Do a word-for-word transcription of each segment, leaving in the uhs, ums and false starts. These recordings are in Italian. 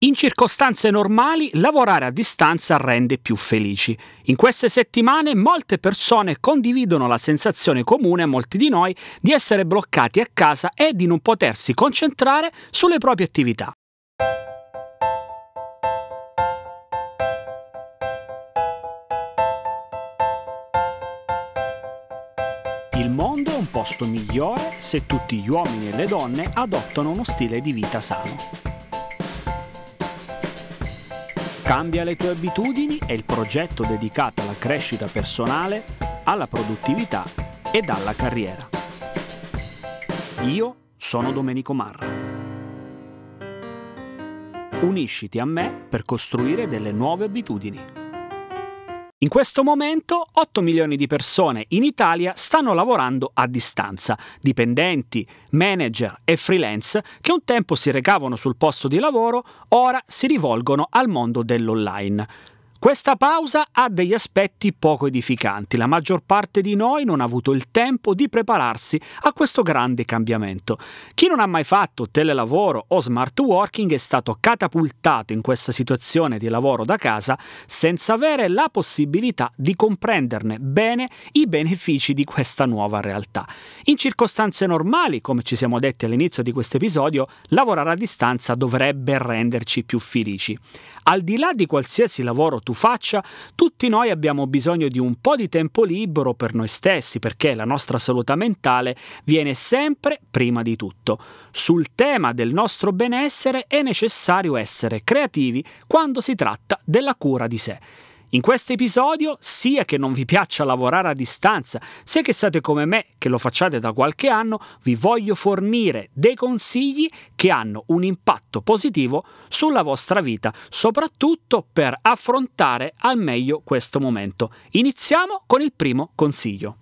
In circostanze normali, lavorare a distanza rende più felici. In queste settimane molte persone condividono la sensazione comune a molti di noi di essere bloccati a casa e di non potersi concentrare sulle proprie attività. Il mondo è un posto migliore se tutti gli uomini e le donne adottano uno stile di vita sano. Cambia le tue abitudini è il progetto dedicato alla crescita personale, alla produttività ed alla carriera. Io sono Domenico Marra. Unisciti a me per costruire delle nuove abitudini. In questo momento otto milioni di persone in Italia stanno lavorando a distanza, dipendenti, manager e freelance che un tempo si recavano sul posto di lavoro, ora si rivolgono al mondo dell'online. Questa pausa ha degli aspetti poco edificanti. La maggior parte di noi non ha avuto il tempo di prepararsi a questo grande cambiamento. Chi non ha mai fatto telelavoro o smart working è stato catapultato in questa situazione di lavoro da casa senza avere la possibilità di comprenderne bene i benefici di questa nuova realtà. In circostanze normali, come ci siamo detti all'inizio di questo episodio, lavorare a distanza dovrebbe renderci più felici. Al di là di qualsiasi lavoro tu faccia, tutti noi abbiamo bisogno di un po' di tempo libero per noi stessi, perché la nostra salute mentale viene sempre prima di tutto. Sul tema del nostro benessere è necessario essere creativi quando si tratta della cura di sé. In questo episodio, sia che non vi piaccia lavorare a distanza, sia che siate come me, che lo facciate da qualche anno, vi voglio fornire dei consigli che hanno un impatto positivo sulla vostra vita, soprattutto per affrontare al meglio questo momento. Iniziamo con il primo consiglio.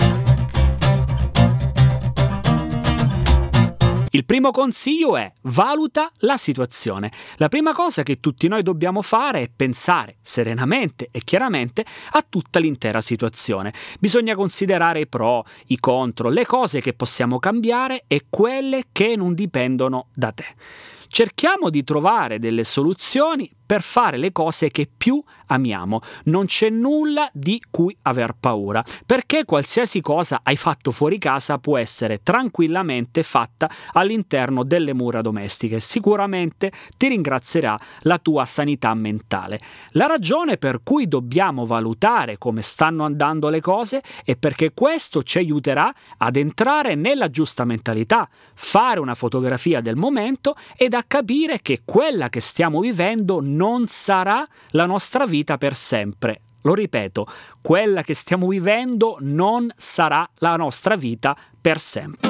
Il primo consiglio è: valuta la situazione. La prima cosa che tutti noi dobbiamo fare è pensare serenamente e chiaramente a tutta l'intera situazione. Bisogna considerare i pro, i contro, le cose che possiamo cambiare e quelle che non dipendono da te. Cerchiamo di trovare delle soluzioni per fare le cose che più amiamo. Non c'è nulla di cui aver paura, perché qualsiasi cosa hai fatto fuori casa può essere tranquillamente fatta all'interno delle mura domestiche. Sicuramente ti ringrazierà la tua sanità mentale. La ragione per cui dobbiamo valutare come stanno andando le cose è perché questo ci aiuterà ad entrare nella giusta mentalità, fare una fotografia del momento ed a capire che quella che stiamo vivendo non sarà la nostra vita per sempre. Lo ripeto, quella che stiamo vivendo non sarà la nostra vita per sempre.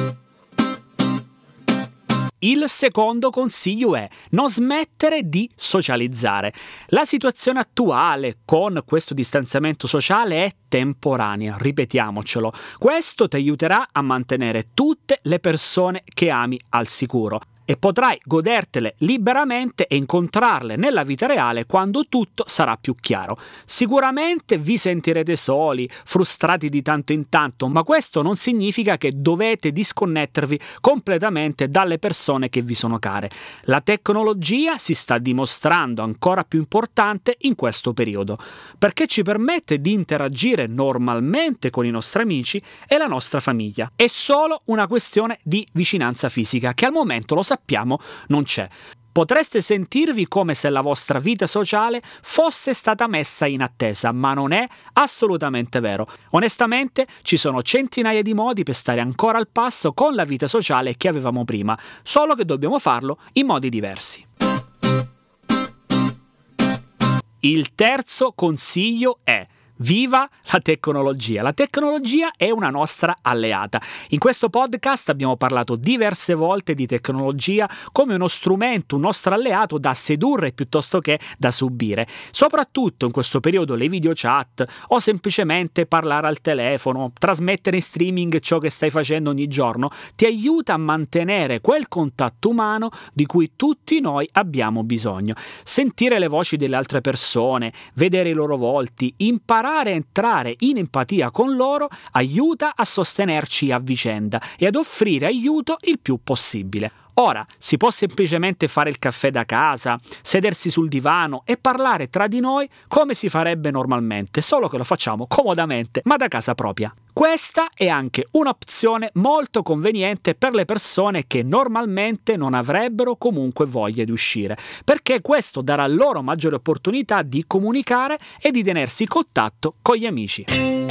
Il secondo consiglio è non smettere di socializzare. La situazione attuale con questo distanziamento sociale è temporanea, ripetiamocelo. Questo ti aiuterà a mantenere tutte le persone che ami al sicuro e potrai godertele liberamente e incontrarle nella vita reale quando tutto sarà più chiaro. Sicuramente vi sentirete soli, frustrati di tanto in tanto, ma questo non significa che dovete disconnettervi completamente dalle persone che vi sono care. La tecnologia si sta dimostrando ancora più importante in questo periodo, perché ci permette di interagire normalmente con i nostri amici e la nostra famiglia. È solo una questione di vicinanza fisica, che al momento, lo sappiamo, sappiamo non c'è. Potreste sentirvi come se la vostra vita sociale fosse stata messa in attesa, ma non è assolutamente vero. Onestamente, ci sono centinaia di modi per stare ancora al passo con la vita sociale che avevamo prima, solo che dobbiamo farlo in modi diversi. Il terzo consiglio è: viva la tecnologia! La tecnologia è una nostra alleata. In questo podcast abbiamo parlato diverse volte di tecnologia come uno strumento, un nostro alleato da sedurre piuttosto che da subire. Soprattutto in questo periodo le video chat o semplicemente parlare al telefono, trasmettere in streaming ciò che stai facendo ogni giorno, ti aiuta a mantenere quel contatto umano di cui tutti noi abbiamo bisogno. Sentire le voci delle altre persone, vedere i loro volti, imparare a entrare in empatia con loro aiuta a sostenerci a vicenda e ad offrire aiuto il più possibile. Ora, si può semplicemente fare il caffè da casa, sedersi sul divano e parlare tra di noi come si farebbe normalmente, solo che lo facciamo comodamente, ma da casa propria. Questa è anche un'opzione molto conveniente per le persone che normalmente non avrebbero comunque voglia di uscire, perché questo darà loro maggiore opportunità di comunicare e di tenersi in contatto con gli amici.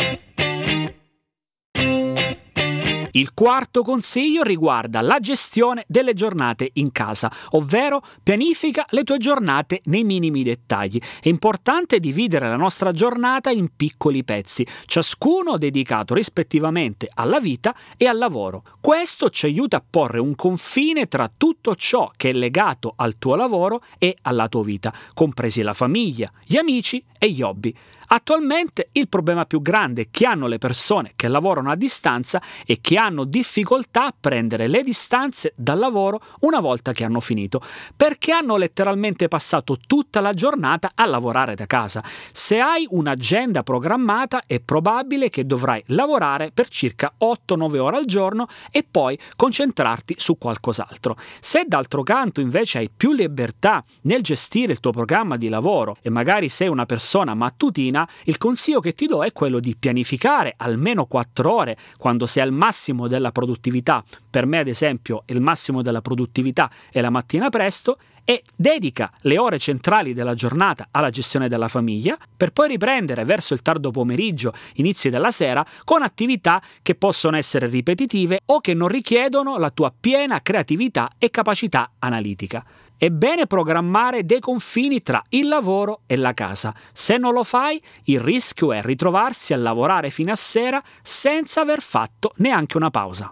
Il quarto consiglio riguarda la gestione delle giornate in casa, ovvero pianifica le tue giornate nei minimi dettagli. È importante dividere la nostra giornata in piccoli pezzi, ciascuno dedicato rispettivamente alla vita e al lavoro. Questo ci aiuta a porre un confine tra tutto ciò che è legato al tuo lavoro e alla tua vita, compresi la famiglia, gli amici e gli hobby. Attualmente il problema più grande che hanno le persone che lavorano a distanza è che hanno difficoltà a prendere le distanze dal lavoro una volta che hanno finito, perché hanno letteralmente passato tutta la giornata a lavorare da casa. Se hai un'agenda programmata è probabile che dovrai lavorare per circa otto nove ore al giorno e poi concentrarti su qualcos'altro. Se d'altro canto invece hai più libertà nel gestire il tuo programma di lavoro e magari sei una persona mattutina, il consiglio che ti do è quello di pianificare almeno quattro ore quando sei al massimo della produttività. Per me, ad esempio, il massimo della produttività è la mattina presto, e dedica le ore centrali della giornata alla gestione della famiglia, per poi riprendere verso il tardo pomeriggio, inizi della sera, con attività che possono essere ripetitive o che non richiedono la tua piena creatività e capacità analitica. È bene programmare dei confini tra il lavoro e la casa. Se non lo fai, il rischio è ritrovarsi a lavorare fino a sera senza aver fatto neanche una pausa.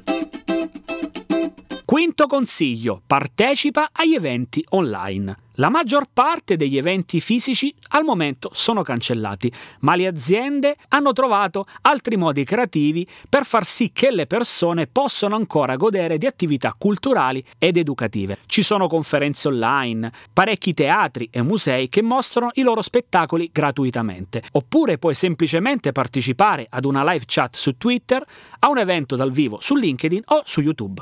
Quinto consiglio: partecipa agli eventi online. La maggior parte degli eventi fisici al momento sono cancellati, ma le aziende hanno trovato altri modi creativi per far sì che le persone possano ancora godere di attività culturali ed educative. Ci sono conferenze online, parecchi teatri e musei che mostrano i loro spettacoli gratuitamente, oppure puoi semplicemente partecipare ad una live chat su Twitter, a un evento dal vivo su LinkedIn o su YouTube.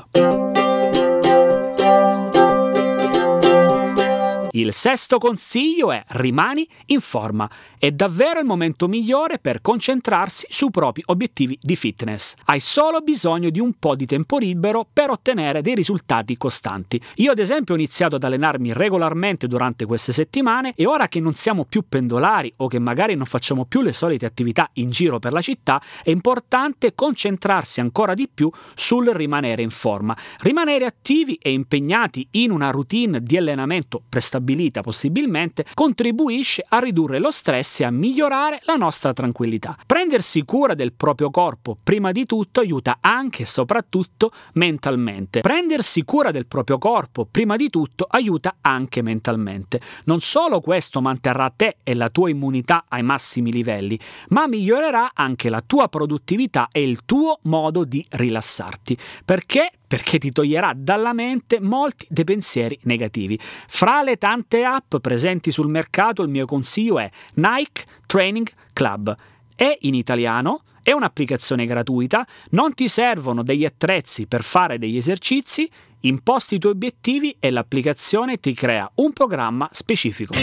Il sesto consiglio è: rimani in forma. È davvero il momento migliore per concentrarsi sui propri obiettivi di fitness. Hai solo bisogno di un po' di tempo libero per ottenere dei risultati costanti. Io ad esempio ho iniziato ad allenarmi regolarmente durante queste settimane e ora che non siamo più pendolari o che magari non facciamo più le solite attività in giro per la città, è importante concentrarsi ancora di più sul rimanere in forma. Rimanere attivi e impegnati in una routine di allenamento prestabilita possibilmente contribuisce a ridurre lo stress e a migliorare la nostra tranquillità. Prendersi cura del proprio corpo prima di tutto aiuta anche e soprattutto mentalmente. Prendersi cura del proprio corpo prima di tutto aiuta anche mentalmente. Non solo questo manterrà te e la tua immunità ai massimi livelli, ma migliorerà anche la tua produttività e il tuo modo di rilassarti. Perché? Perché ti toglierà dalla mente molti dei pensieri negativi. Fra le tante app presenti sul mercato, il mio consiglio è Nike Training Club. È in italiano, è un'applicazione gratuita, non ti servono degli attrezzi per fare degli esercizi, imposti i tuoi obiettivi e l'applicazione ti crea un programma specifico.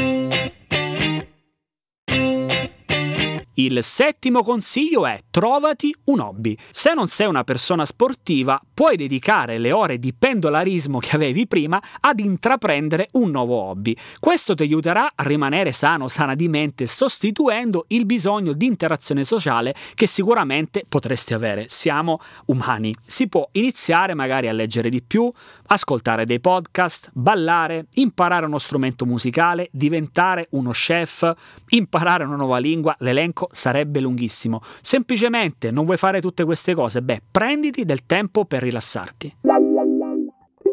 Il settimo consiglio è: trovati un hobby. Se non sei una persona sportiva, puoi dedicare le ore di pendolarismo che avevi prima ad intraprendere un nuovo hobby. Questo ti aiuterà a rimanere sano, sana di mente, sostituendo il bisogno di interazione sociale che sicuramente potresti avere. Siamo umani. Si può iniziare magari a leggere di più, ascoltare dei podcast, ballare, imparare uno strumento musicale, diventare uno chef, imparare una nuova lingua. L'elenco sarebbe lunghissimo. Semplicemente non vuoi fare tutte queste cose? Beh, prenditi del tempo per rilassarti.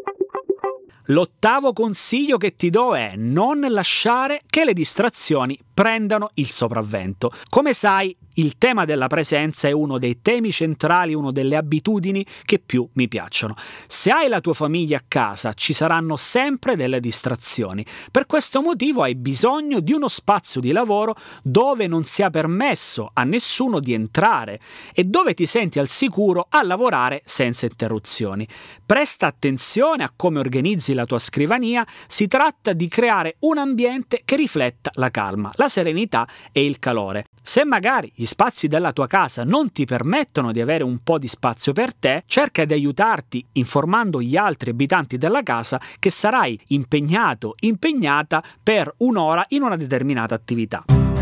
L'ottavo consiglio che ti do è: non lasciare che le distrazioni prendano il sopravvento. Come sai, il tema della presenza è uno dei temi centrali, uno delle abitudini che più mi piacciono. Se hai la tua famiglia a casa, ci saranno sempre delle distrazioni. Per questo motivo hai bisogno di uno spazio di lavoro dove non sia permesso a nessuno di entrare e dove ti senti al sicuro a lavorare senza interruzioni. Presta attenzione a come organizzi la tua scrivania, si tratta di creare un ambiente che rifletta la calma, la serenità e il calore. Se magari gli spazi della tua casa non ti permettono di avere un po' di spazio per te, cerca di aiutarti informando gli altri abitanti della casa che sarai impegnato, impegnata per un'ora in una determinata attività.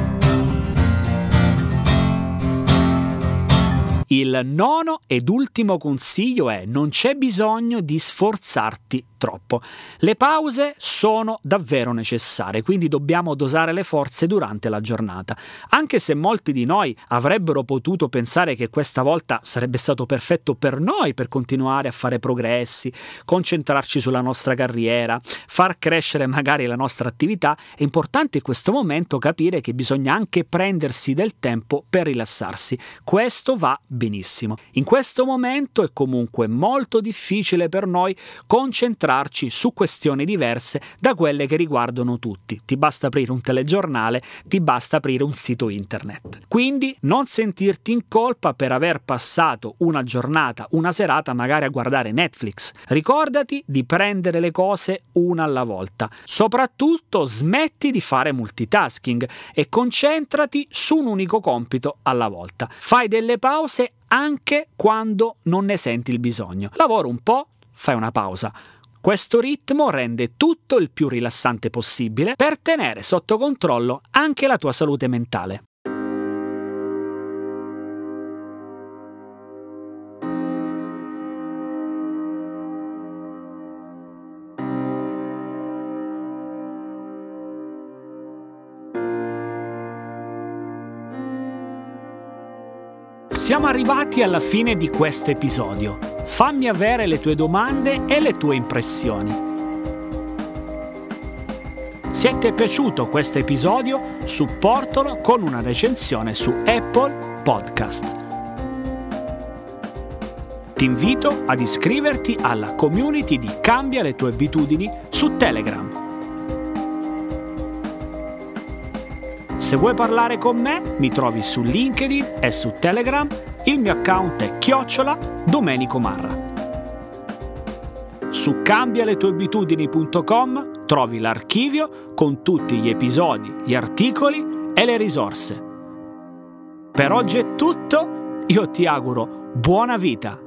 Il nono ed ultimo consiglio è: non c'è bisogno di sforzarti troppo. Le pause sono davvero necessarie, quindi dobbiamo dosare le forze durante la giornata. Anche se molti di noi avrebbero potuto pensare che questa volta sarebbe stato perfetto per noi per continuare a fare progressi, concentrarci sulla nostra carriera, far crescere magari la nostra attività, è importante in questo momento capire che bisogna anche prendersi del tempo per rilassarsi. Questo va benissimo. In questo momento è comunque molto difficile per noi concentrarci su questioni diverse da quelle che riguardano tutti. Ti basta aprire un telegiornale, ti basta aprire un sito internet. Quindi non sentirti in colpa per aver passato una giornata, una serata magari a guardare Netflix. Ricordati di prendere le cose una alla volta. Soprattutto smetti di fare multitasking e concentrati su un unico compito alla volta. Fai delle pause anche quando non ne senti il bisogno. Lavora un po', fai una pausa. Questo ritmo rende tutto il più rilassante possibile per tenere sotto controllo anche la tua salute mentale. Siamo arrivati alla fine di questo episodio. Fammi avere le tue domande e le tue impressioni. Se ti è piaciuto questo episodio, supportalo con una recensione su Apple Podcast. Ti invito ad iscriverti alla community di Cambia le tue abitudini su Telegram. Se vuoi parlare con me, mi trovi su LinkedIn e su Telegram. Il mio account è chiocciola Domenico Marra. Su cambia le tue abitudini punto com trovi l'archivio con tutti gli episodi, gli articoli e le risorse. Per oggi è tutto, io ti auguro buona vita.